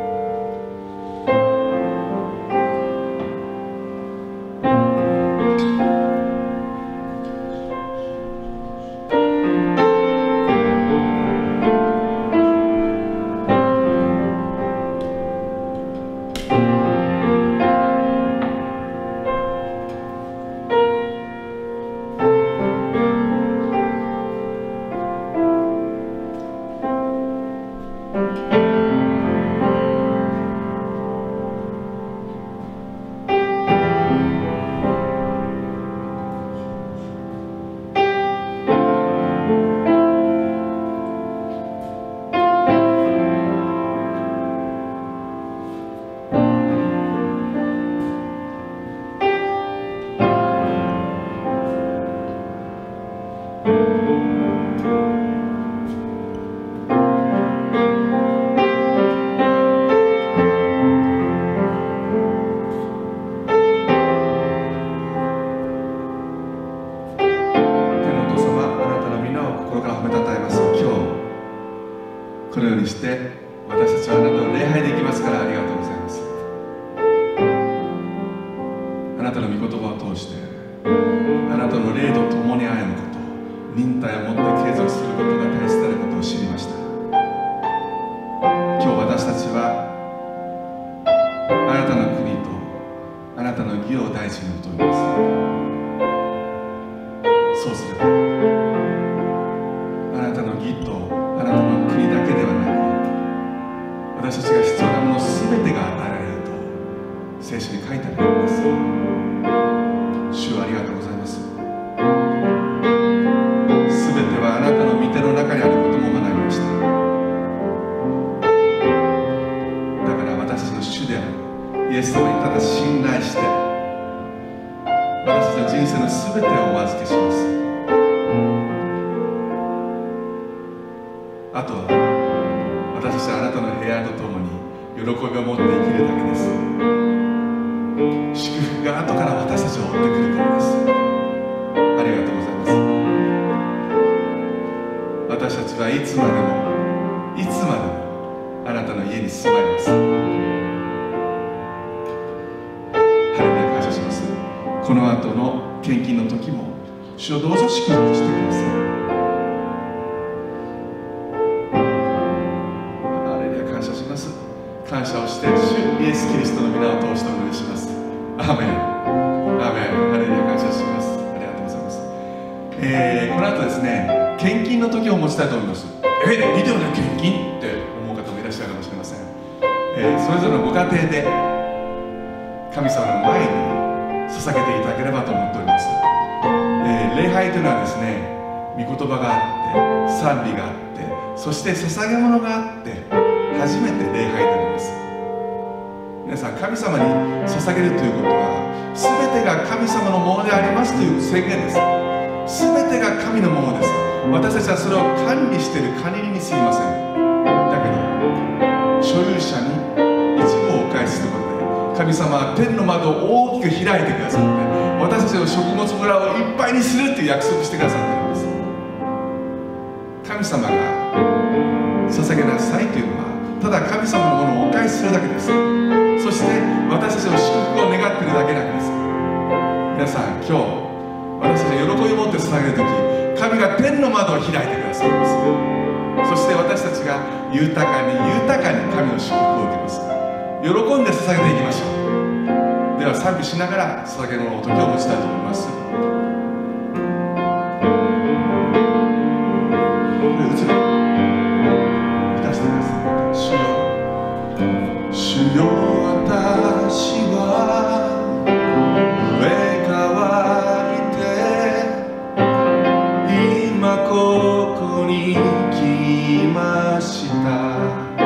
このようにして私たちはあなたの礼拝できますから、ありがとうございます。あなたの御言葉を通してあなたの霊と共に歩むこと、忍耐を持って継続することが大切であることを知りました。今日私たちはあなたの国とあなたの義を大事に求めます。そうすればあなたの義とあなたの国だけではなく、私たちが必要なもの全てが与えられると聖書に書いてあるからです。主はありがとうございます。全てはあなたの御手の中にあることも学びました。だから私たちの主であるイエス様にただ信頼して、私たちの人生の全てをお預けします。あとは私たちはあなたの平安とともに喜びを持って生きるだけです。祝福が後から私たちを追ってくるからです。ありがとうございます。私たちはいつまでもいつまでもあなたの家に住まいます。ハレルヤ、感謝します。この後の献金の時も主をどうぞ祝福してください。感謝をして主イエス・キリストの皆を通してお祈りします。アーメン、アーメン、ハレルヤ、感謝します。ありがとうございます。この後ですね、献金の時を持ちたいと思います。ビデオで献金って思う方もいらっしゃるかもしれません。それぞれのご家庭で神様の前に捧げていただければと思っております。礼拝というのはですね、御言葉があって賛美があって、そして捧げ物があって初めて礼拝になります。皆さん、神様に捧げるということは全てが神様のものでありますという宣言です。全てが神のものです。私たちはそれを管理している管理人にすぎません。だけど所有者に一部をお返しすることで、神様は天の窓を大きく開いてくださって、私たちの食物村をいっぱいにするという約束してくださっているんです。神様が捧げなさいというのはただ神様のものをお返しするだけです。そして私たちの祝福を願っているだけなんです。皆さん、今日私たちが喜び持捧げる時、神が天の窓を開いてくださいます。そして私たちが豊かに豊かに神の祝福を受けます。喜んで捧げていきましょう。では賛美しながら捧げの時を持ちたいと思います。主よ、私は上乾いて今ここに来ました。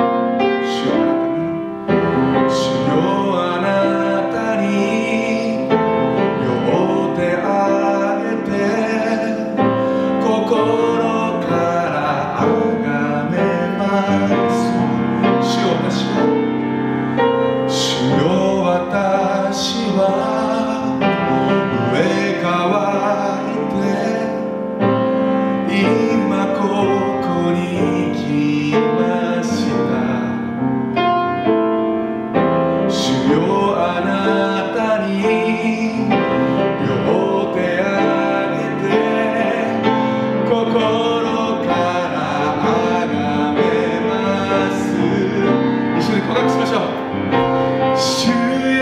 主よ、あなたに両手あげて心からあがめます。主よ、私は上乾いて今ここに来ました。主よ、あなたに両手あげて心からあがめます。一緒に告白しましょう。主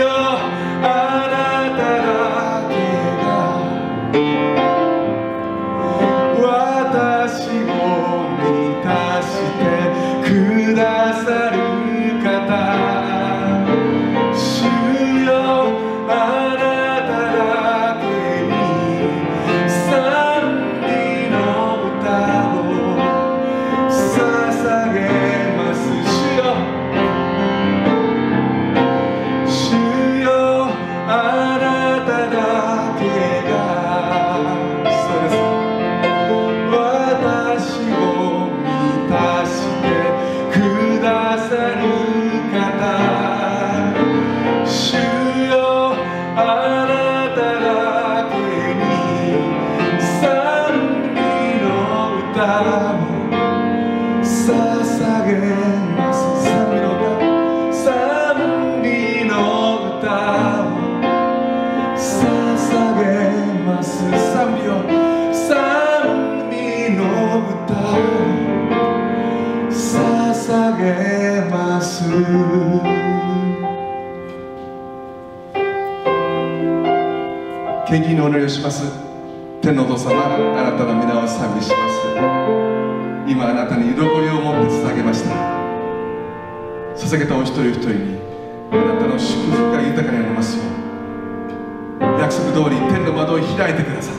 献金のお祈りをします。天のお父様、あなたの皆を賛美します。今あなたに喜びを持って捧げました。捧げたお一人お一人にあなたの祝福が豊かになりますよう、約束通り天の窓を開いてくださって、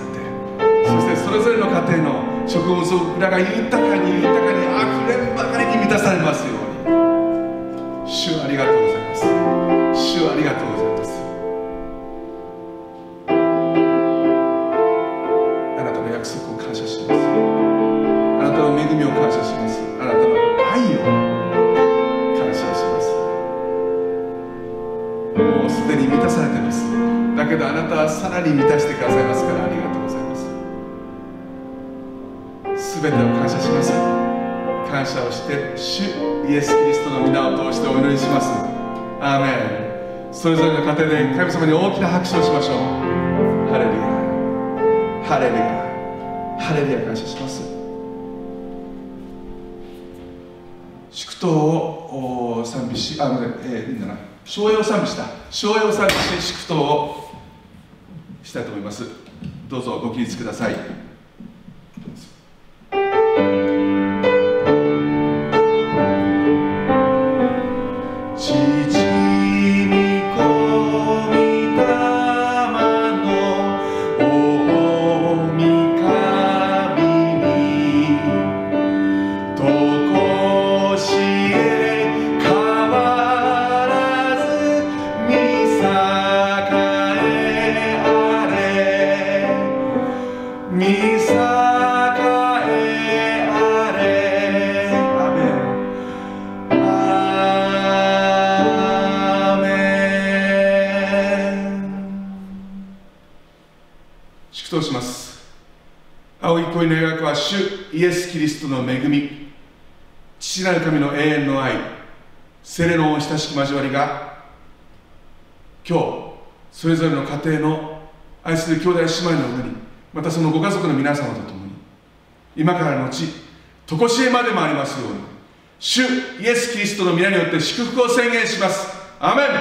そしてそれぞれの家庭の食物が豊かに豊かにあふれんばかりに満たされますように。主ありがとうございます。主ありがとうございます。あなたの約束を感謝します。あなたの恵みを感謝します。あなたの愛を感謝します。もうすでに満たされています。だけどあなたはさらに満たしてくださいますから、ありがとうございます。すべてを感謝します。感謝をして主イエス・キリストの皆を通してお祈りします。アーメン。それぞれの家庭で神様に大きな拍手をしましょう。ハレルヤ、ハレルヤ、ハレルヤ。感謝します。祝祷を賛美し、いいんだな、唱詠を賛美した。唱詠を賛美し祝祷をしたいと思います。どうぞご起立ください。主イエス・キリストの恵み、父なる神の永遠の愛、聖霊の親しき交わりが今日それぞれの家庭の愛する兄弟姉妹の上にまたそのご家族の皆様と共に今からのち常しえまでもありますように、主イエス・キリストの皆によって祝福を宣言します。アーメン。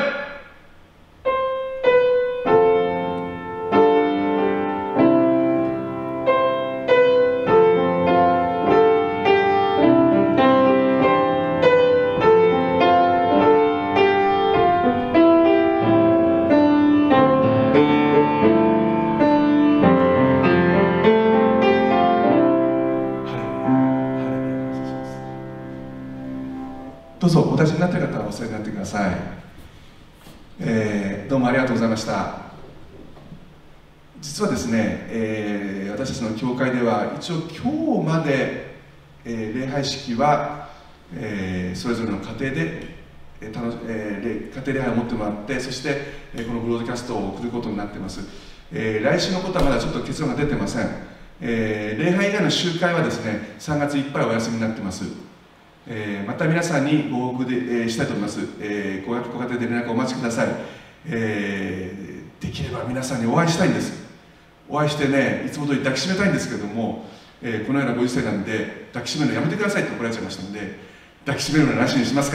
どうぞお立ちになっている方はお座りになってください。どうもありがとうございました。実はですね、私たちの教会では一応今日まで、礼拝式は、それぞれの家庭で、家庭礼拝を持ってもらって、そして、このブロードキャストを送ることになっています。来週のことはまだちょっと結論が出てません。礼拝以外の集会はですね、3月いっぱいお休みになっています。また皆さんにご報告したいと思います。ご家庭で連絡をお待ちください。できれば皆さんにお会いしたいんです。お会いしてね、いつも通り抱きしめたいんですけれども、このようなご時世なんで抱きしめるのやめてくださいって怒られちゃいましたので、抱きしめるのはなしにしますから、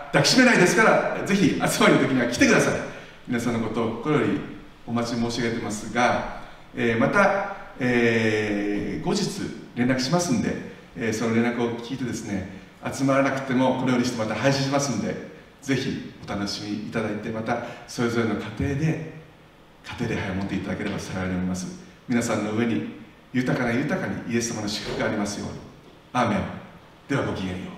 抱きしめないですから、ぜひ集まりの時には来てください。皆さんのことを心よりお待ち申し上げてますが、また、後日連絡しますんで、その連絡を聞いてですね、集まらなくてもこれよりしてまた配信しますんで、ぜひお楽しみいただいて、またそれぞれの家庭で家庭礼拝を持っていただければ幸いに思います。皆さんの上に豊かにイエス様の祝福がありますように。アーメン。ではごきげんよう。